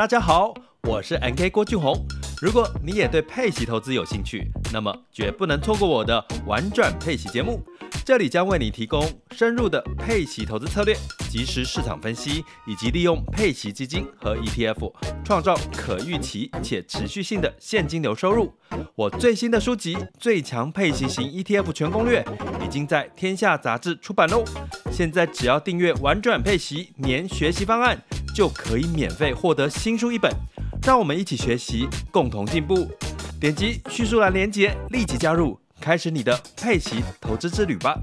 大家好，我是 NK 郭俊宏。如果你也对配息投资有兴趣，那么绝不能错过我的玩转配息节目。这里将为你提供深入的配息投资策略、即时市场分析，以及利用配息基金和 ETF 创造可预期且持续性的现金流收入。我最新的书籍《最强配息型 ETF 全攻略》已经在天下杂志出版喽。现在只要订阅玩转配息年学习方案，就可以免费获得新书一本。让我们一起学习，共同进步。点击叙述栏连结，立即加入，开始你的配息投资之旅吧。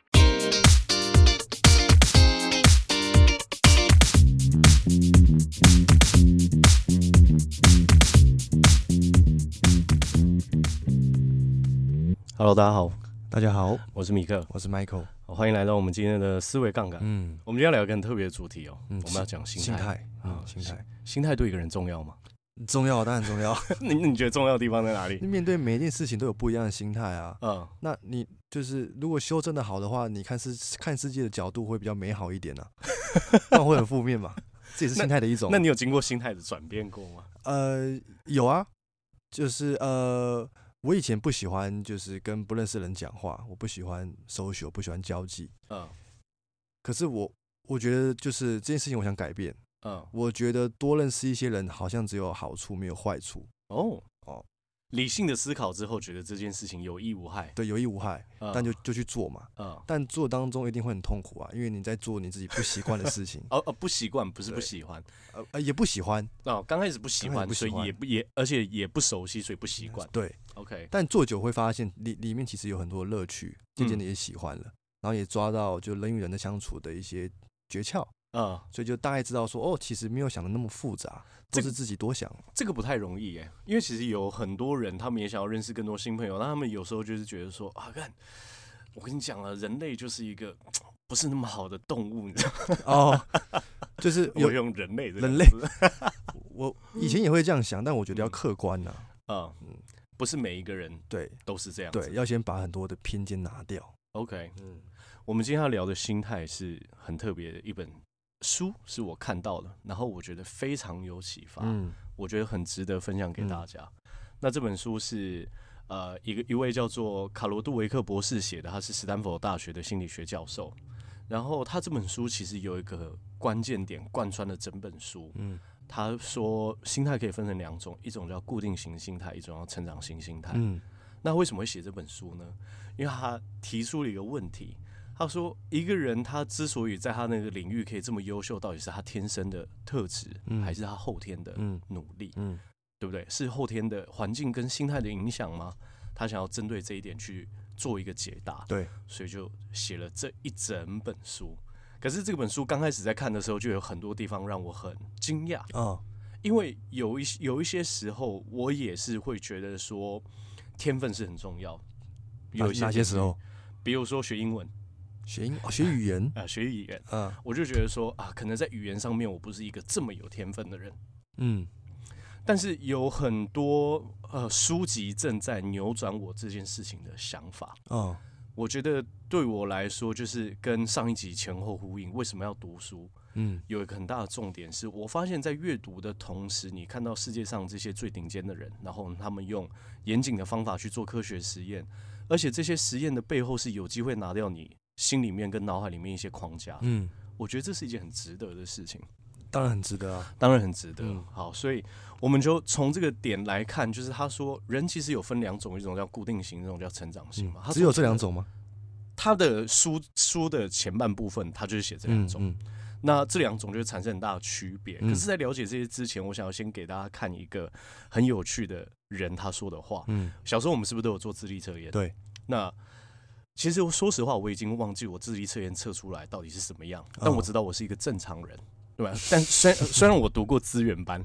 Hello， 大家好， 大家好， 我是米克， 我是 Michael， 欢迎来到我们今天的思维杠杆。我们今天要聊一个很特别的主题哦，我们要讲心态。心态对一个人重要吗？ 重要，当然重要。 你觉得重要的地方在哪里？ 面对每一件事情都有不一样的心态啊。那你就是如果修正的好的话，你看世界的角度会比较美好一点啊，不然会很负面嘛。这也是心态的一种。 那你有经过心态的转变过吗？ 有啊，就是我以前不喜欢就是跟不认识的人讲话，我不喜欢social，不喜欢交际。可是我觉得就是这件事情，我想改变。我觉得多认识一些人，好像只有好处没有坏处。 理性的思考之后，觉得这件事情有益无害。 对，有益无害，但就去做嘛。但做当中一定会很痛苦啊，因为你在做你自己不习惯的事情。 不习惯不是不喜欢， 也不喜欢。 刚开始不喜欢，所以而且也不熟悉，所以不习惯。 对 ，OK。 但做久会发现里面其实有很多乐趣，渐渐的也喜欢了，然后也抓到就人与人的相处的一些诀窍。所以就大概知道说，其实没有想的那么复杂，都是自己多想。 这个不太容易耶，因为其实有很多人，他们也想要认识更多新朋友，那他们有时候就是觉得说看，我跟你讲了，人类就是一个不是那么好的动物，你知道吗？ 就是我用人类这个人类，我以前也会这样想，但我觉得要客观呐。 不是每一个人都是这样子。 对，要先把很多的偏见拿掉。 OK，我们今天要聊的心态是很特别的一本书，是我看到的，然后我觉得非常有启发，我觉得很值得分享给大家。那这本书是一位叫做卡罗杜维克博士写的，他是斯坦福大学的心理学教授。然后他这本书其实有一个关键点贯穿了整本书。他说心态可以分成两种，一种叫固定型心态，一种叫成长型心态。那为什么会写这本书呢？因为他提出了一个问题。他说，一个人他之所以在他那个领域可以这么优秀，到底是他天生的特质，还是他后天的努力？对不对？是后天的环境跟心态的影响吗？他想要针对这一点去做一个解答。 对， 所以就写了这一整本书。可是这本书刚开始在看的时候，就有很多地方让我很惊讶。因为有一些时候，我也是会觉得说，天分是很重要。有一些哪些时候？ 比如说学英文。 学语言学语言，我就觉得说可能在语言上面我不是一个这么有天分的人，但是有很多书籍正在扭转我这件事情的想法。我觉得对我来说，就是跟上一集前后呼应。为什么要读书？有一个很大的重点是，我发现在阅读的同时，你看到世界上这些最顶尖的人，然后他们用严谨的方法去做科学实验，而且这些实验的背后是有机会拿掉你心里面跟脑海里面一些框架。我觉得这是一件很值得的事情。 当然很值得啊， 当然很值得。好，所以我们就从这个点来看，就是他说人其实有分两种，一种叫固定型，一种叫成长型嘛。 只有这两种吗？ 他的书的前半部分，他就是写这两种。那这两种就产生很大的区别。可是，在了解这些之前，我想要先给大家看一个很有趣的人他说的话。小时候我们是不是都有做智力测验？ 对。 那其实说实话，我已经忘记我智力测验测出来到底是什么样，但我知道我是一个正常人，对吧？但虽然我读过资源班，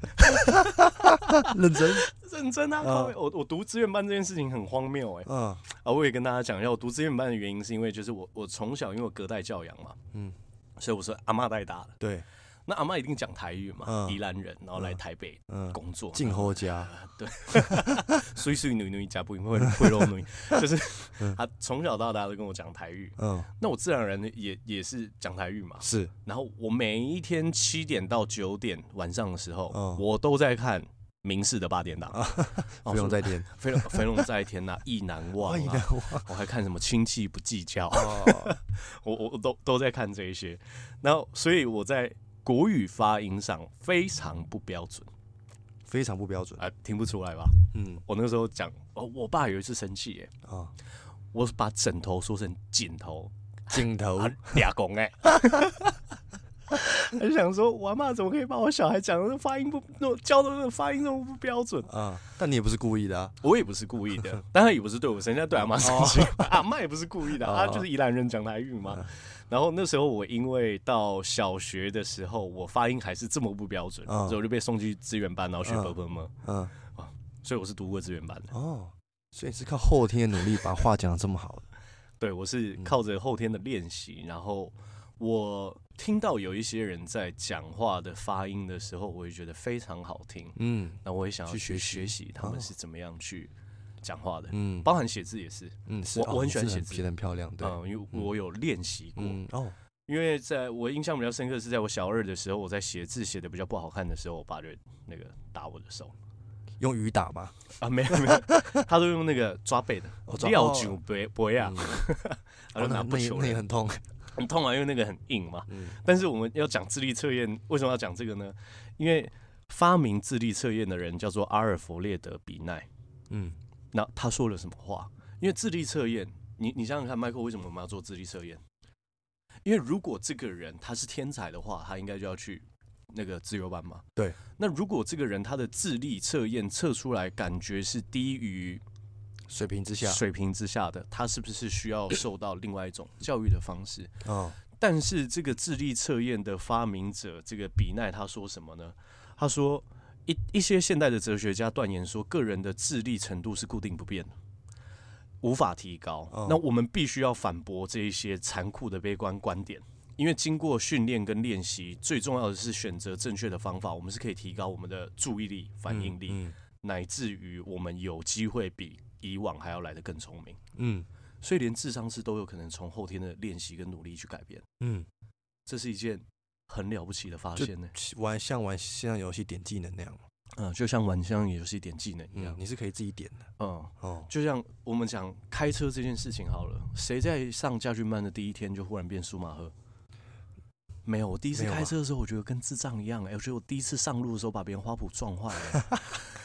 认真啊！我读资源班这件事情很荒谬我也跟大家讲一下，我读资源班的原因是因为就是我从小因为我隔代教养嘛，所以我是阿嬷带大的。 对。 那阿嬷一定讲台语嘛，宜兰人，然后来台北工作， 进后家， 对，水水女女家不会肉女，就是他从小到大都跟我讲台语，那我自然而然也是讲台语嘛， 是。 然后我每一天7点到9点晚上的时候，我都在看民视的8点档， 飞龙在天， 飞龙在天呐，意难忘啊，我还看什么亲戚不计较，我都在看这一些，然后所以我在国语发音上非常不标准， 非常不标准啊，听不出来吧？我那时候讲，我爸有一次生气耶，我把枕头说成枕头，俩公哎。他就想说，我阿嬷怎么可以把我小孩讲的发音教的那个发音这么不标准啊？但你也不是故意的啊， 我也不是故意的，当然也不是对我生气，对阿嬷生气，阿嬷也不是故意的，她就是宜兰人讲台语嘛。然后那时候我因为到小学的时候，我发音还是这么不标准，所以我就被送去资源班，然后学啵啵么，所以我是读过资源班的。 所以是靠后天的努力把话讲得这么好的。 对，我是靠着后天的练习，然后我听到有一些人在讲话的发音的时候，我也觉得非常好听。那我也想要去学习他们是怎么样去讲话的。包含写字也是。我很喜欢写字， 写得很漂亮。对， 因为我有练习过。因为在我印象比较深刻是在我小2的时候，我在写字写的比较不好看的时候，我爸就那个打我的手。 用雨打吗？ 没有，他都用那个抓背的，料酒杯啊，他就拿不球， 那也很痛。 很痛啊，因为那个很硬嘛。但是我们要讲智力测验，为什么要讲这个呢？因为发明智力测验的人叫做阿尔弗列德·比奈。那他说了什么话？因为智力测验，你想想看，迈克，为什么我们要做智力测验？因为如果这个人他是天才的话，他应该就要去那个自由班嘛。 对。 那如果这个人他的智力测验测出来感觉是低于水平之下的，他是不是需要受到另外一种教育的方式？但是这个智力测验的发明者这个比奈他说什么呢？他说一些现代的哲学家断言说，个人的智力程度是固定不变的，无法提高。那我们必须要反驳这一些残酷的悲观观点，因为经过训练跟练习，最重要的是选择正确的方法，我们是可以提高我们的注意力、反应力，乃至于我们有机会比以往还要来得更聪明。所以连智商师都有可能从后天的练习跟努力去改变。这是一件很了不起的发现呢。 像玩线上游戏点技能那样。 就像玩线上游戏点技能一样， 你是可以自己点的。 就像我们讲开车这件事情好了，谁在上驾训班的第一天就忽然变舒马赫？没有，我第一次开车的时候，我觉得跟智障一样。我觉得我第一次上路的时候把别人花圃撞坏了。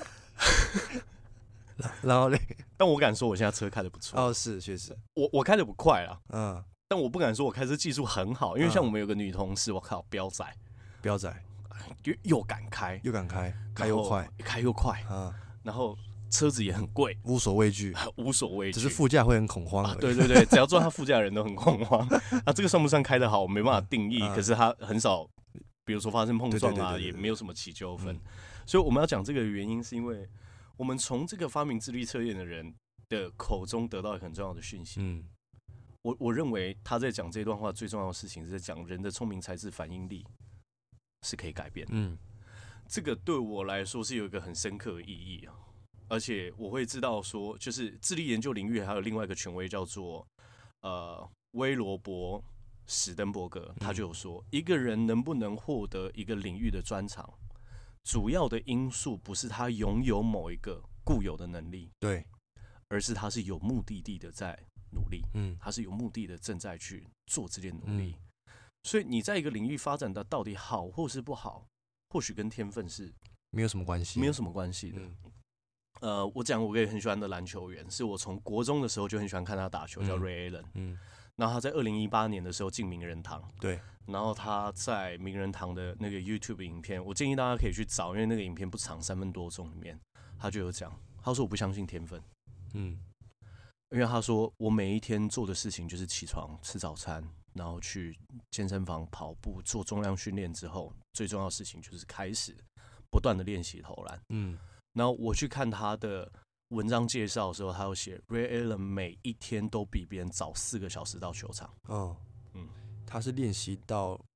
然后嘞， 但我敢说我现在车开得不错。 是确实， 我开得不快啦。但我不敢说我开车技术很好，因为像我们有个女同事，我靠，飙仔，又敢开， 开又快， 然后车子也很贵， 无所畏惧，只是副驾会很恐慌。 对，只要坐他副驾的人都很恐慌。这个算不算开得好，我没办法定义。可是他很少，比如说发生碰撞啊，也没有什么起纠纷。所以我们要讲这个原因，是因为我们从这个发明智力测验的人的口中得到一个很重要的讯息。我认为他在讲这段话最重要的事情是在讲人的聪明才智反应力是可以改变的。这个对我来说是有一个很深刻的意义啊，而且我会知道说，就是智力研究领域还有另外一个权威叫做威罗伯史登伯格，他就有说，一个人能不能获得一个领域的专长，主要的因素不是他拥有某一个固有的能力， 对， 而是他是有目的地的在努力，他是有目的的正在去做这件努力。所以你在一个领域发展的到底好或是不好，或许跟天分是没有什么关系的。我讲我也很喜欢的篮球员，是我从国中的时候就很喜欢看他打球，叫 Ray Allen。然后他在2018年的时候进名人堂， 对。 然后他在名人堂的那个 YouTube 影片，我建议大家可以去找，因为那个影片不长，3分多钟里面，他就有讲，他说我不相信天分，因为他说我每一天做的事情就是起床吃早餐，然后去健身房跑步做重量训练之后，最重要的事情就是开始不断的练习投篮。然后我去看他的文章介绍的时候，他有写 Ray Allen 每一天都比别人早4个小时到球场。 他是练习到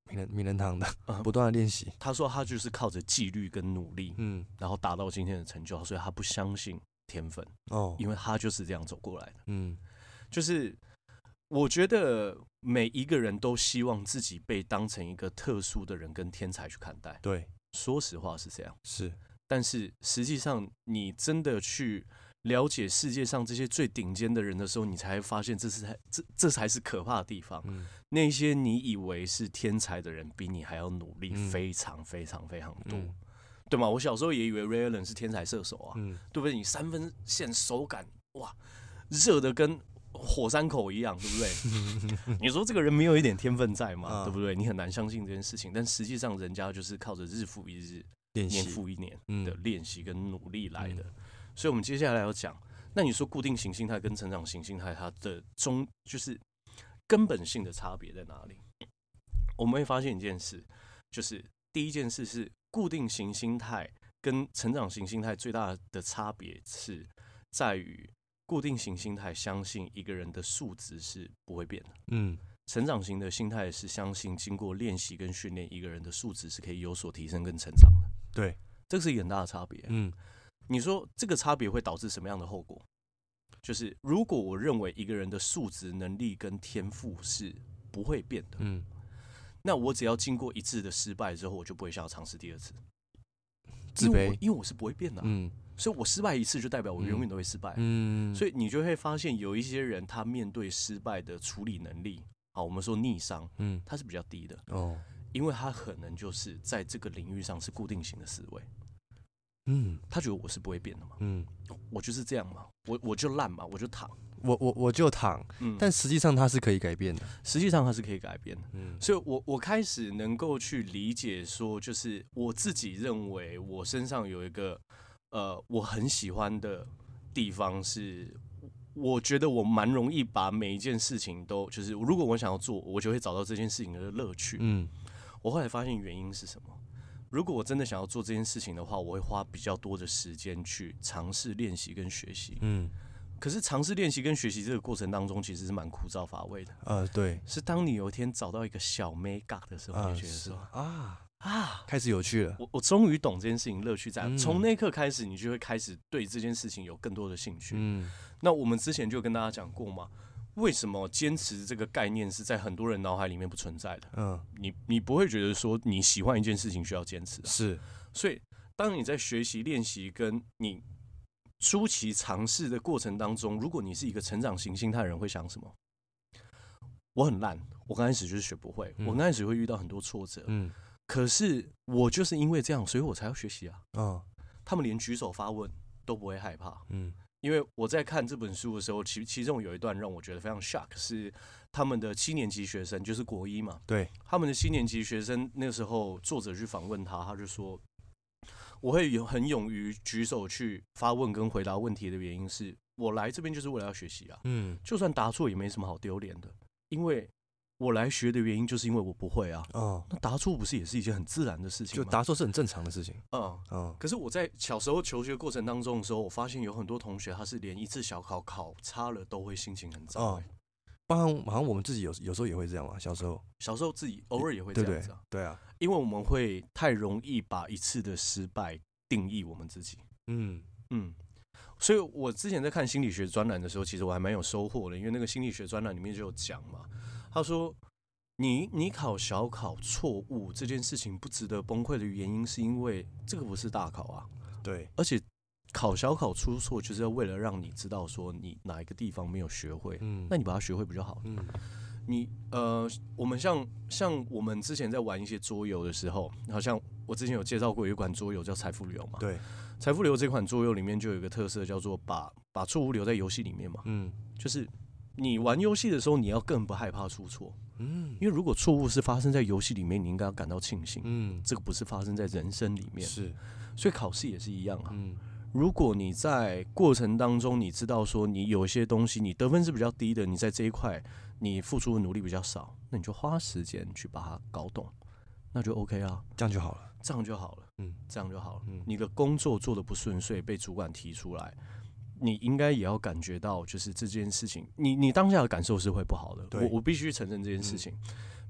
名人堂的，不断的练习。 他说他就是靠着纪律跟努力，然后达到今天的成就，所以他不相信天分因为他就是这样走过来的。就是我觉得每一个人都希望自己被当成一个特殊的人跟天才去看待。 对，说实话是这样。 是， 但是实际上你真的去了解世界上这些最顶尖的人的时候，你才会发现这才是可怕的地方。那些你以为是天才的人，比你还要努力非常非常非常多，对吗？我小时候也以为 Ray Allen 是天才射手啊，对不对？你3分线手感哇，热的跟火山口一样，对不对？你说这个人没有一点天分在吗？对不对？你很难相信这件事情，但实际上人家就是靠着日复一日、年复一年的练习跟努力来的。所以，我们接下来要讲，那你说固定型心态跟成长型心态，它的就是根本性的差别在哪里？我们会发现一件事，就是第一件事是固定型心态跟成长型心态最大的差别是在于，固定型心态相信一个人的素质是不会变的，成长型的心态是相信经过练习跟训练，一个人的素质是可以有所提升跟成长的。 对， 这是一个很大的差别。你说这个差别会导致什么样的后果？就是如果我认为一个人的素质、能力跟天赋是不会变的，那我只要经过一次的失败之后，我就不会想要尝试第二次。 自卑， 因为我是不会变的所以我失败一次就代表我永远都会失败。所以你就会发现有一些人他面对失败的处理能力，好，我们说逆商，他是比较低的因为他可能就是在这个领域上是固定型的思维。他觉得我是不会变的嘛，我就是这样嘛，我就烂嘛，我就躺， 我就躺，但实际上它是可以改变的， 实际上它是可以改变的，所以我开始能够去理解说，就是我自己认为我身上有一个我很喜欢的地方是，我觉得我蛮容易把每一件事情都，就是如果我想要做，我就会找到这件事情的乐趣。我后来发现原因是什么？如果我真的想要做这件事情的话，我会花比较多的时间去尝试练习跟学习。可是尝试练习跟学习这个过程当中，其实是蛮枯燥乏味的。 对， 是当你有一天找到一个小 mega 的时候，你觉得说开始有趣了。 我终于懂这件事情乐趣在。从那一刻开始，你就会开始对这件事情有更多的兴趣。那我们之前就跟大家讲过嘛。为什么坚持这个概念是在很多人脑海里面不存在的？你不会觉得说你喜欢一件事情需要坚持是， 所以当你在学习、练习跟你初期尝试的过程当中，如果你是一个成长型心态的人，会想什么？我很烂，我刚开始就是学不会，我刚开始会遇到很多挫折，可是我就是因为这样，所以我才要学习啊。他们连举手发问都不会害怕，因为我在看这本书的时候，其中有一段让我觉得非常 shock， 是他们的7年级学生，就是国一嘛， 对， 他们的7年级学生那时候作者去访问他，他就说，我会很勇于举手去发问跟回答问题的原因是，我来这边就是为了要学习啊，就算答错也没什么好丢脸的，因为我来学的原因就是因为我不会啊，那答错不是也是一件很自然的事情吗？ 就答错是很正常的事情， 可是我在小时候求学过程当中的时候，我发现有很多同学他是连一次小考考差了都会心情很糟， 包含好像我们自己有时候也会这样嘛，小时候自己偶尔也会这样子对啊， 因为我们会太容易把一次的失败定义我们自己，所以我之前在看心理学专栏的时候，其实我还蛮有收获的，因为那个心理学专栏里面就有讲嘛，他说你考小考错误这件事情不值得崩溃的原因，是因为这个不是大考啊， 对， 而且考小考出错就是要为了让你知道说你哪一个地方没有学会，那你把它学会比较好。你我们像我们之前在玩一些桌游的时候，好像我之前有介绍过有一款桌游叫财富流嘛， 对， 财富流这款桌游里面就有一个特色叫做把错误留在游戏里面嘛，就是你玩游戏的时候你要更不害怕出错，因为如果错误是发生在游戏里面，你应该要感到庆幸，这个不是发生在人生里面， 是， 所以考试也是一样啊，如果你在过程当中你知道说你有一些东西你得分是比较低的，你在这一块你付出的努力比较少，那你就花时间去把它搞懂，那就 OK 啊， 这样就好了， 这样就好了，你的工作做得不顺遂被主管提出来，你应该也要感觉到就是这件事情你当下的感受是会不好的，我必须承认这件事情，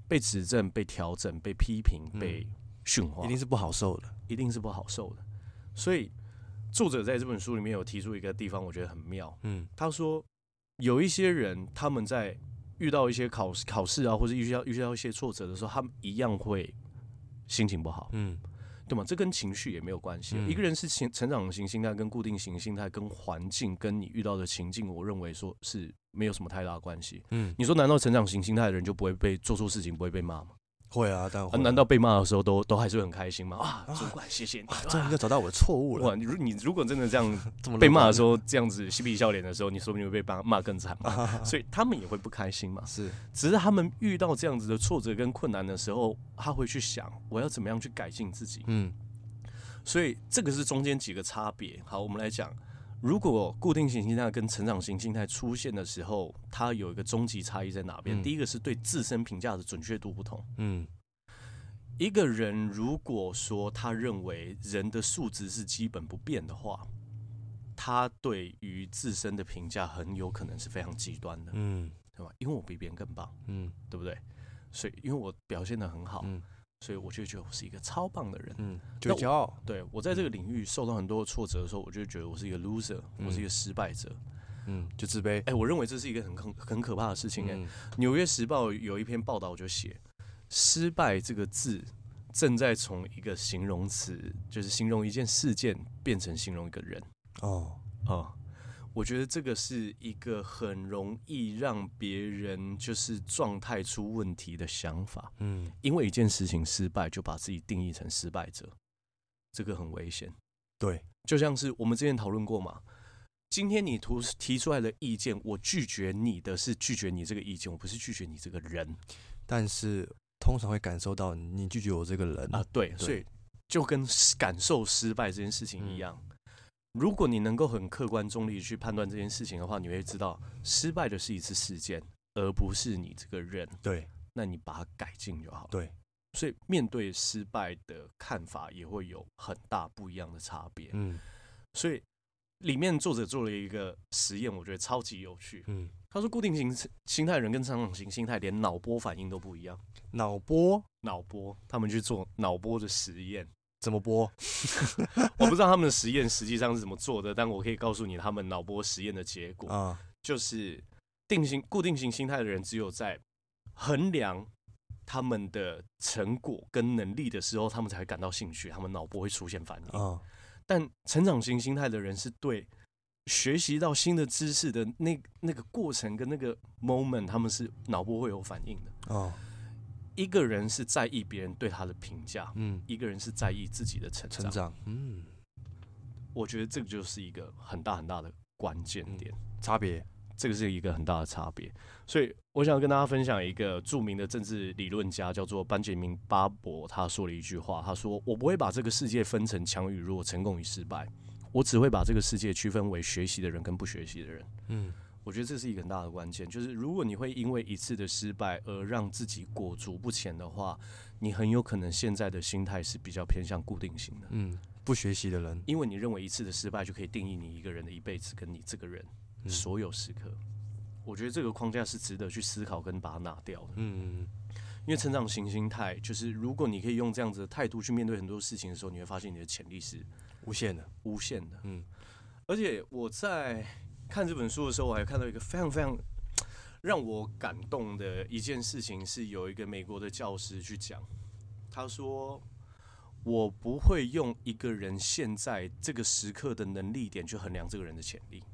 被指正、被调整、被批评、被驯化， 一定是不好受的， 一定是不好受的。所以作者在这本书里面有提出一个地方，我觉得很妙。他说有一些人他们在遇到一些考试啊，或者遇到一些挫折的时候，他们一样会心情不好，对吗？这跟情绪也没有关系。一个人是成长型心态跟固定型心态跟环境跟你遇到的情境，我认为说是没有什么太大的关系。你说难道成长型心态的人就不会被做错事情不会被骂吗？ 会啊，当然会。 难道被骂的时候都还是会很开心吗？主管谢谢你， 终于要找到我的错误了。 你如果真的这样被骂的时候，这样子嬉皮笑脸的时候，你说不定会被骂更惨嘛。所以他们也会不开心嘛。 是， 只是他们遇到这样子的挫折跟困难的时候，他会去想我要怎么样去改进自己。所以这个是中间几个差别。好，我们来讲，如果固定型心态跟成长型心态出现的时候，它有一个终极差异在哪边？第一个是对自身评价的准确度不同。一个人如果说他认为人的素质是基本不变的话，他对于自身的评价很有可能是非常极端的。对吧？因为我比别人更棒，对不对？所以因为我表现得很好。所以我就觉得我是一个超棒的人， 就骄傲。 对，我在这个领域受到很多挫折的时候，我就觉得我是一个 loser，我是一个失败者， 就自卑。 我认为这是一个很可怕的事情。纽约时报有一篇报道就写，失败这个字正在从一个形容词，就是形容一件事件，变成形容一个人。我觉得这个是一个很容易让别人就是状态出问题的想法。因为一件事情失败，就把自己定义成失败者，这个很危险。 对， 就像是我们之前讨论过嘛，今天你提出来的意见，我拒绝你的是拒绝你这个意见，我不是拒绝你这个人。 但是通常会感受到你拒绝我这个人啊，对，所以就跟感受失败这件事情一样。如果你能够很客观中立去判断这件事情的话，你会知道失败的是一次事件，而不是你这个人。 对， 那你把它改进就好了。 对， 所以面对失败的看法也会有很大不一样的差别。所以里面作者做了一个实验，我觉得超级有趣。他说固定型心态人跟成长型心态连脑波反应都不一样。 脑波， 他们去做脑波的实验。 怎么播？ 我不知道他们的实验实际上是怎么做的，但我可以告诉你他们脑波实验的结果。就是固定型心态的人只有在衡量他们的成果跟能力的时候，他们才会感到兴趣，他们脑波会出现反应。但成长型心态的人是对学习到新的知识的那个过程跟那个 moment， 他们是脑波会有反应的。一个人是在意别人对他的评价，一个人是在意自己的成长。我觉得这个就是一个很大很大的关键点， 差别。 这个是一个很大的差别。所以我想跟大家分享一个著名的政治理论家，叫做班杰明·巴伯，他说了一句话，他说：“我不会把这个世界分成强与弱、成功与失败，我只会把这个世界区分为学习的人跟不学习的人。”我觉得这是一个很大的关键，就是如果你会因为一次的失败而让自己裹足不前的话，你很有可能现在的心态是比较偏向固定型的， 不学习的人， 因为你认为一次的失败就可以定义你一个人的一辈子，跟你这个人所有时刻。我觉得这个框架是值得去思考跟把它拿掉的。因为成长型心态就是，如果你可以用这样子的态度去面对很多事情的时候，你会发现你的潜力是无限的。 而且我在看这本书的时候，我还看到一个非常非常让我感动的一件事情，是有一个美国的教师去讲，他说：“我不会用一个人现在这个时刻的能力点去衡量这个人的潜力。”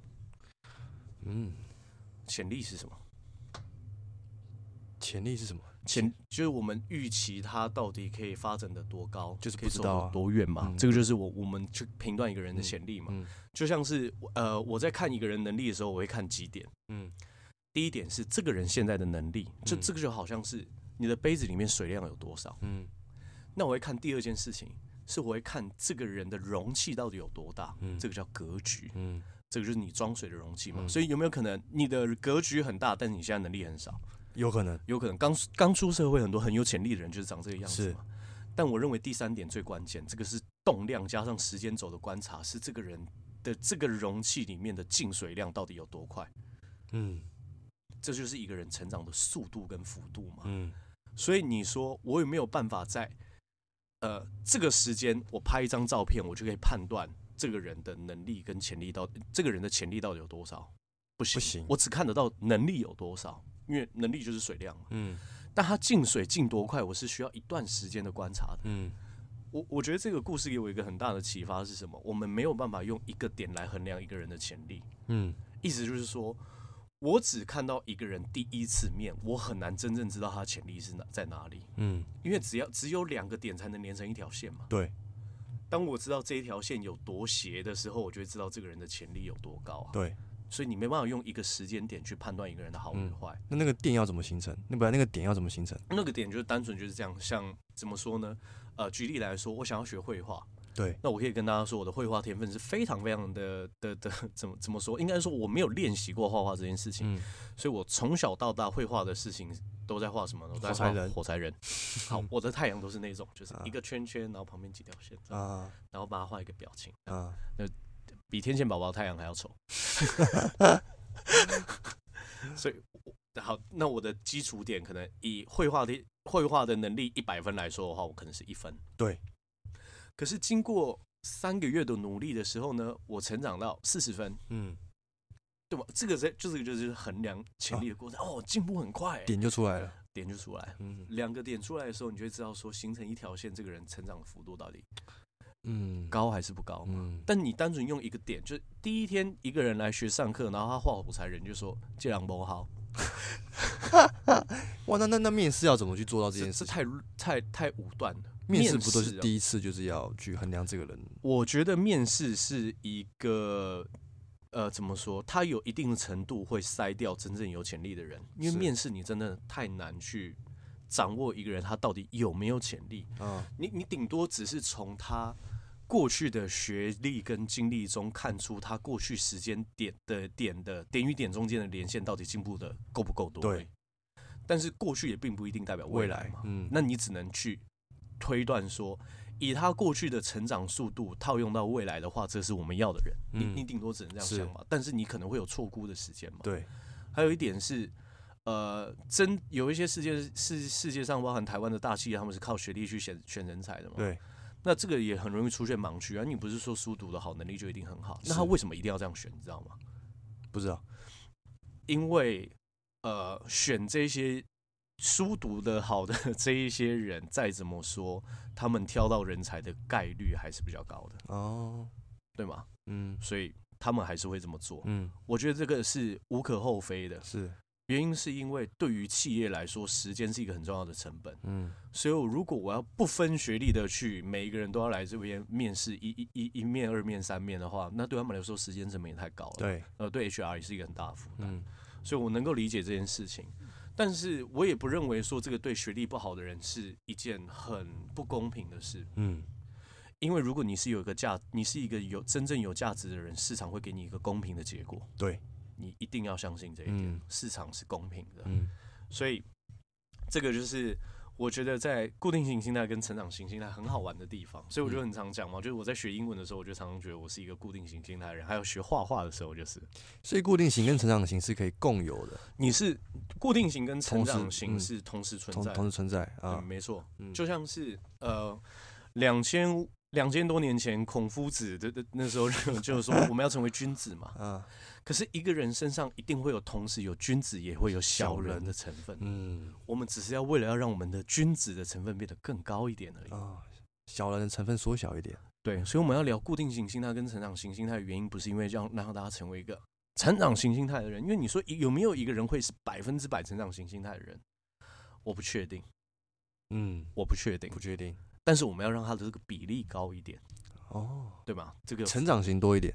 潜力是什么？ 潜力是什么？ 就是我们预期他到底可以发展的多高， 就是不知道多远嘛。这个就是我们去评断一个人的潜力嘛。就像是我在看一个人能力的时候，我会看几点。第一点是这个人现在的能力，这个就好像是你的杯子里面水量有多少。那我会看第二件事情，是我会看这个人的容器到底有多大。这个叫格局。这个就是你装水的容器嘛。所以有没有可能你的格局很大，但是你现在能力很少？有可能刚出社会，很多很有潜力的人就是长这个样子嘛。但我认为第三点最关键，这个是动量加上时间轴的观察，是这个人的这个容器里面的进水量到底有多快。这就是一个人成长的速度跟幅度嘛。 所以你说我有没有办法在这个时间我拍一张照片，我就可以判断这个人的能力跟潜力这个人的潜力到底有多少？不行，我只看得到能力有多少，因为能力就是水量嘛。但他进水进多快，我是需要一段时间的观察的。我觉得这个故事给我一个很大的启发是什么？我们没有办法用一个点来衡量一个人的潜力。意思就是说，我只看到一个人第一次面，我很难真正知道他的潜力是在哪里。因为只有2个点才能连成一条线嘛。 对。 当我知道这一条线有多斜的时候，我就会知道这个人的潜力有多高啊。 对。 所以你没办法用一个时间点去判断一个人的好与坏。 那个点要怎么形成？那个点要怎么形成？ 那个点就是单纯就是这样，像怎么说呢？举例来说，我想要学绘画。 对， 那我可以跟大家说，我的绘画天分是非常非常的怎么说？应该说我没有练习过画画这件事情，所以我从小到大绘画的事情都在画什么？都在画火柴人。好，我的太阳都是那种，就是一个圈圈，然后旁边几条线然后把它画一个表情那比天线宝宝太阳还要丑。所以好，那我的基础点可能以绘画的能力100分来说的话，我可能是1分。 对。 可是经过3个月的努力的时候呢，我成长到40分，对吧？这个就是衡量潜力的过程。进步很快， 点就出来了 ，2个点出来的时候，你就会知道说形成一条线，这个人成长的幅度到底高还是不高嘛？但你单纯用一个点，就是第一天一个人来学上课，然后他画火柴人，就说这人不好。 哇，那面试要怎么去做到这件事？ 太武断了。 面试不都是第一次就是要去衡量这个人？ 我觉得面试是一个怎么说？它有一定的程度会筛掉真正有潜力的人，因为面试你真的太难去掌握一个人他到底有没有潜力。你顶多只是从他过去的学历跟经历中看出他过去时间点与点中间的连线到底进步的够不够多。 对。 但是过去也并不一定代表未来嘛。那你只能去推断说，以他过去的成长速度套用到未来的话，这是我们要的人。你顶多只能这样想嘛。但是你可能会有错估的时间嘛。 对。 还有一点是，有一些世界上包含台湾的大企业，他们是靠学历去选人才的嘛。 对。 那这个也很容易出现盲区啊！你不是说书读得好，能力就一定很好？那他为什么一定要这样选？你知道吗？ 不知道。 因为选这些书读得好的这一些人，再怎么说，他们挑到人才的概率还是比较高的对吗？所以他们还是会这么做。我觉得这个是无可厚非的。 是。 原因是因为对于企业来说，时间是一个很重要的成本。所以如果我要不分学历的去每一个人都要来这边面试一面、2面、3面的话，那对他们来说时间成本也太高了。 对。 对 HR 也是一个很大的负担。所以我能够理解这件事情，但是我也不认为说这个对学历不好的人是一件很不公平的事。因为如果你是一个真正有价值的人，市场会给你一个公平的结果。 对。 你一定要相信这一点，市场是公平的。所以这个就是我觉得在固定型心态跟成长型心态很好玩的地方。所以我就很常讲嘛，就是我在学英文的时候，我就常常觉得我是一个固定型心态的人，还有学画画的时候就是。 所以固定型跟成长型是可以共有的。 你是固定型跟成长型是同时存在， 同时存在啊， 没错。就像是2000多年前，孔夫子的那时候就是说我们要成为君子嘛。可是一个人身上一定会有同时有君子，也会有小人的成分。我们只是为了要让我们的君子的成分变得更高一点而已。 小人的成分缩小一点。 对，所以我们要聊固定型心态跟成长型心态的原因，不是因为让大家成为一个成长型心态的人，因为你说有没有一个人会是100%成长型心态的人？我不确定。我不确定。但是我们要让他的这个比例高一点。对吧？这个成长型多一点。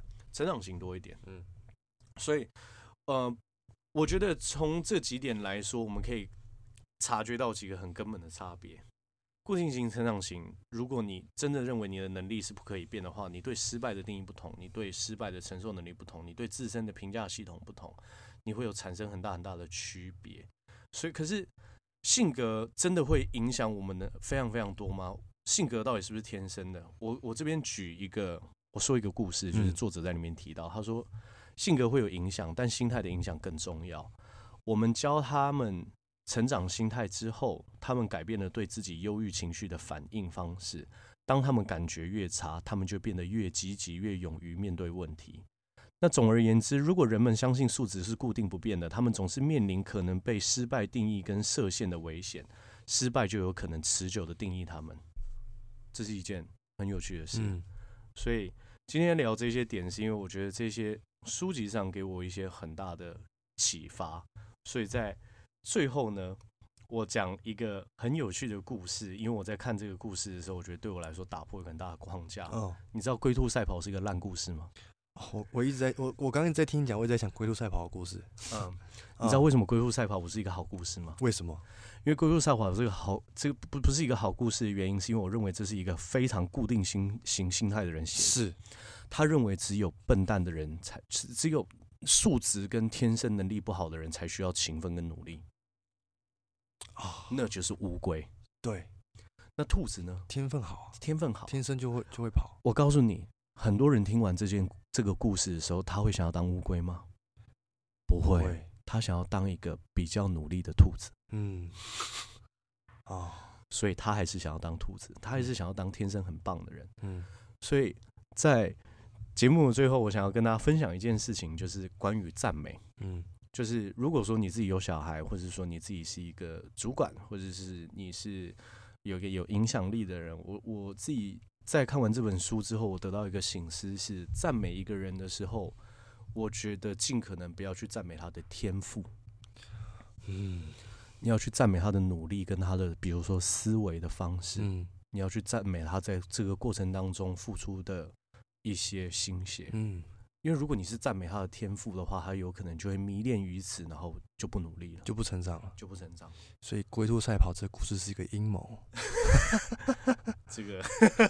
所以，我觉得从这几点来说，我们可以察觉到几个很根本的差别。固定型、成长型，如果你真的认为你的能力是不可以变的话，你对失败的定义不同，你对失败的承受能力不同，你对自身的评价系统不同，你会有产生很大的区别。所以，可是性格真的会影响我们的非常非常多吗？性格到底是不是天生的？我这边我说一个故事，就是作者在里面提到，他说性格会有影响，但心态的影响更重要。我们教他们成长心态之后，他们改变了对自己忧郁情绪的反应方式。当他们感觉越差，他们就变得越积极，越勇于面对问题。那总而言之，如果人们相信数值是固定不变的，他们总是面临可能被失败定义跟设限的危险，失败就有可能持久的定义他们。这是一件很有趣的事。所以今天聊这些点，是因为我觉得这些书籍上给我一些很大的启发。所以在最后呢，我讲一个很有趣的故事，因为我在看这个故事的时候，我觉得对我来说打破一个很大的框架。你知道龟兔赛跑是一个烂故事吗？ 我一直在我刚刚在听你讲，我一直在想龟兔赛跑的故事。 你知道为什么龟兔赛跑不是一个好故事吗？ 为什么？ 因为龟兔赛跑这个不是一个好故事的原因，是因为我认为这是一个非常固定型心态的人写的。 是， 他认为只有笨蛋的人只有素质跟天生能力不好的人才需要勤奋跟努力。那就是乌龟。 对， 那兔子呢？ 天分好， 天分好， 天生就会跑。 我告诉你，很多人听完这个故事的时候，他会想要当乌龟吗？不会，他想要当一个比较努力的兔子。所以他还是想要当兔子，他还是想要当天生很棒的人。所以在节目的最后，我想要跟大家分享一件事情，就是关于赞美。就是如果说你自己有小孩，或者说你自己是一个主管，或者是你是有一个有影响力的人，我自己在看完这本书之后，我得到一个省思是，赞美一个人的时候，我觉得尽可能不要去赞美他的天赋，你要去赞美他的努力跟他的比如说思维的方式，你要去赞美他在这个过程当中付出的一些心血，因为如果你是赞美他的天赋的话，他有可能就会迷恋于此，然后就不努力了， 就不成长了。 所以龟兔赛跑这个故事是一个阴谋。 这个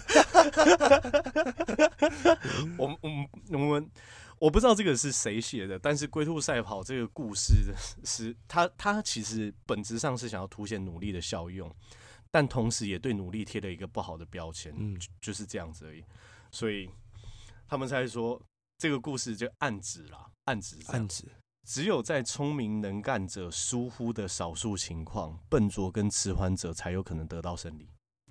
我不知道这个是谁写的，但是龟兔赛跑这个故事是他其实本质上是想要凸显努力的效用，但同时也对努力贴了一个不好的标签，就是这样子而已。所以他们才说这个故事就暗指，只有在聪明能干者疏忽的少数情况，笨拙跟迟缓者才有可能得到胜利。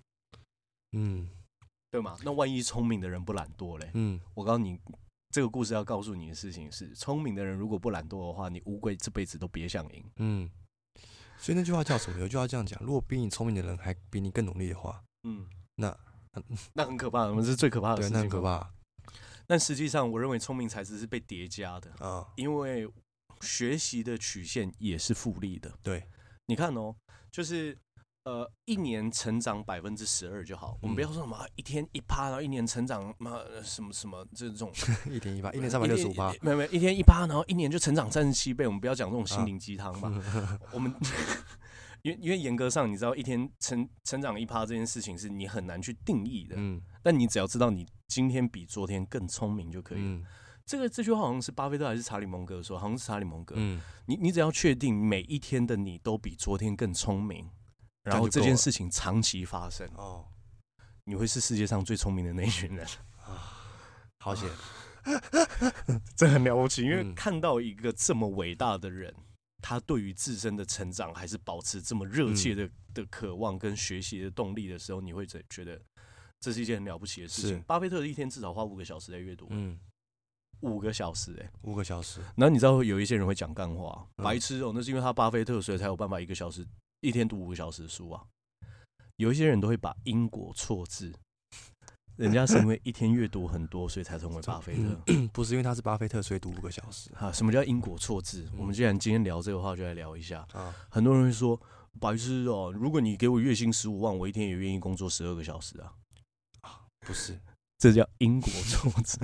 对吗？那万一聪明的人不懒惰嘞？我告诉你，这个故事要告诉你的事情是，聪明的人如果不懒惰的话，你乌龟这辈子都别想赢。 所以那句话叫什么？有句话这样讲：如果比你聪明的人还比你更努力的话， 那很可怕，那是最可怕的事情。 对，那很可怕。 但实际上，我认为聪明才智是被叠加的因为学习的曲线也是复利的。 对， 你看就是一年成长12%就好，我们不要说什么一天1%，然后一年成长什么这种一天1%，一年365%， 没有一天1%，然后一年就成长37倍，我们不要讲这种心灵鸡汤嘛。我们因为严格上，你知道一天成长1%这件事情是你很难去定义的，但你只要知道你今天比昨天更聪明就可以了。这句话好像是巴菲特还是查理蒙格说，好像是查理蒙格。你只要确定每一天的你都比昨天更聪明，然后这件事情长期发生，你会是世界上最聪明的那一群人。 好险， 这很了不起，因为看到一个这么伟大的人，他对于自身的成长还是保持这么热切的渴望跟学习的动力的时候，你会觉得这是一件很了不起的事情。巴菲特一天至少花5个小时在阅读，5个小时 5个小时。 然后你知道有一些人会讲干话，白痴那是因为他巴菲特，所以才有办法一天读5个小时的书啊。有一些人都会把因果错字，人家是因为一天阅读很多，所以才成为巴菲特。 不是因为他是巴菲特，所以读5个小时。 什么叫因果错字？我们既然今天聊这个话，就来聊一下。很多人会说，白痴如果你给我月薪15万，我一天也愿意工作12个小时啊。 不是， 这叫因果错字。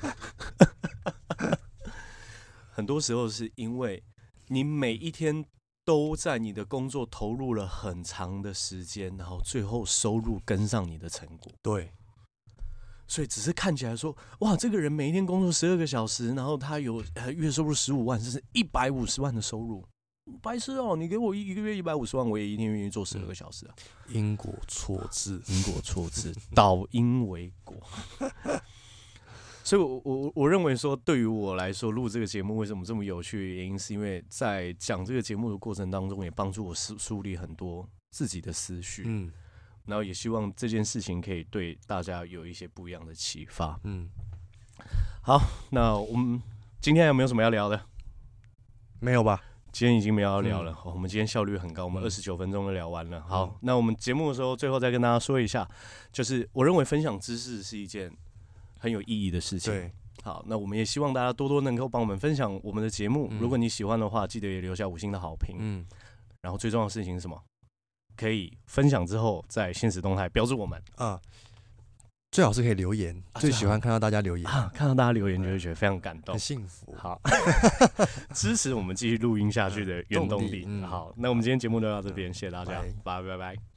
很多时候是因为你每一天都在你的工作投入了很长的时间，然后最后收入跟上你的成果。 对， 所以只是看起来说，哇，这个人每一天工作12个小时，然后他有月收入15万，这是150万的收入。白痴你给我一个月150万，我也一天愿意做12个小时啊。 因果错字， 倒因为果。 所以我认为说，对于我来说，录这个节目为什么这么有趣的原因，是因为在讲这个节目的过程当中，也帮助我梳理很多自己的思绪，然后也希望这件事情可以对大家有一些不一样的启发。好，那我们今天有没有什么要聊的？ 没有吧？ 今天已经没有要聊了，我们今天效率很高，我们29分钟就聊完了。好，那我们节目的时候，最后再跟大家说一下，就是我认为分享知识是一件很有意义的事情。 对， 好，那我们也希望大家多多能够帮我们分享我们的节目。如果你喜欢的话，记得也留下5星的好评。然后最重要的事情是什么？可以分享之后在限时动态标注我们啊。 最好是可以留言，最喜欢看到大家留言看到大家留言就会觉得非常感动， 很幸福。 好，支持我们继续录音下去的原动力。好，那我们今天节目就到这边，谢谢大家，拜拜。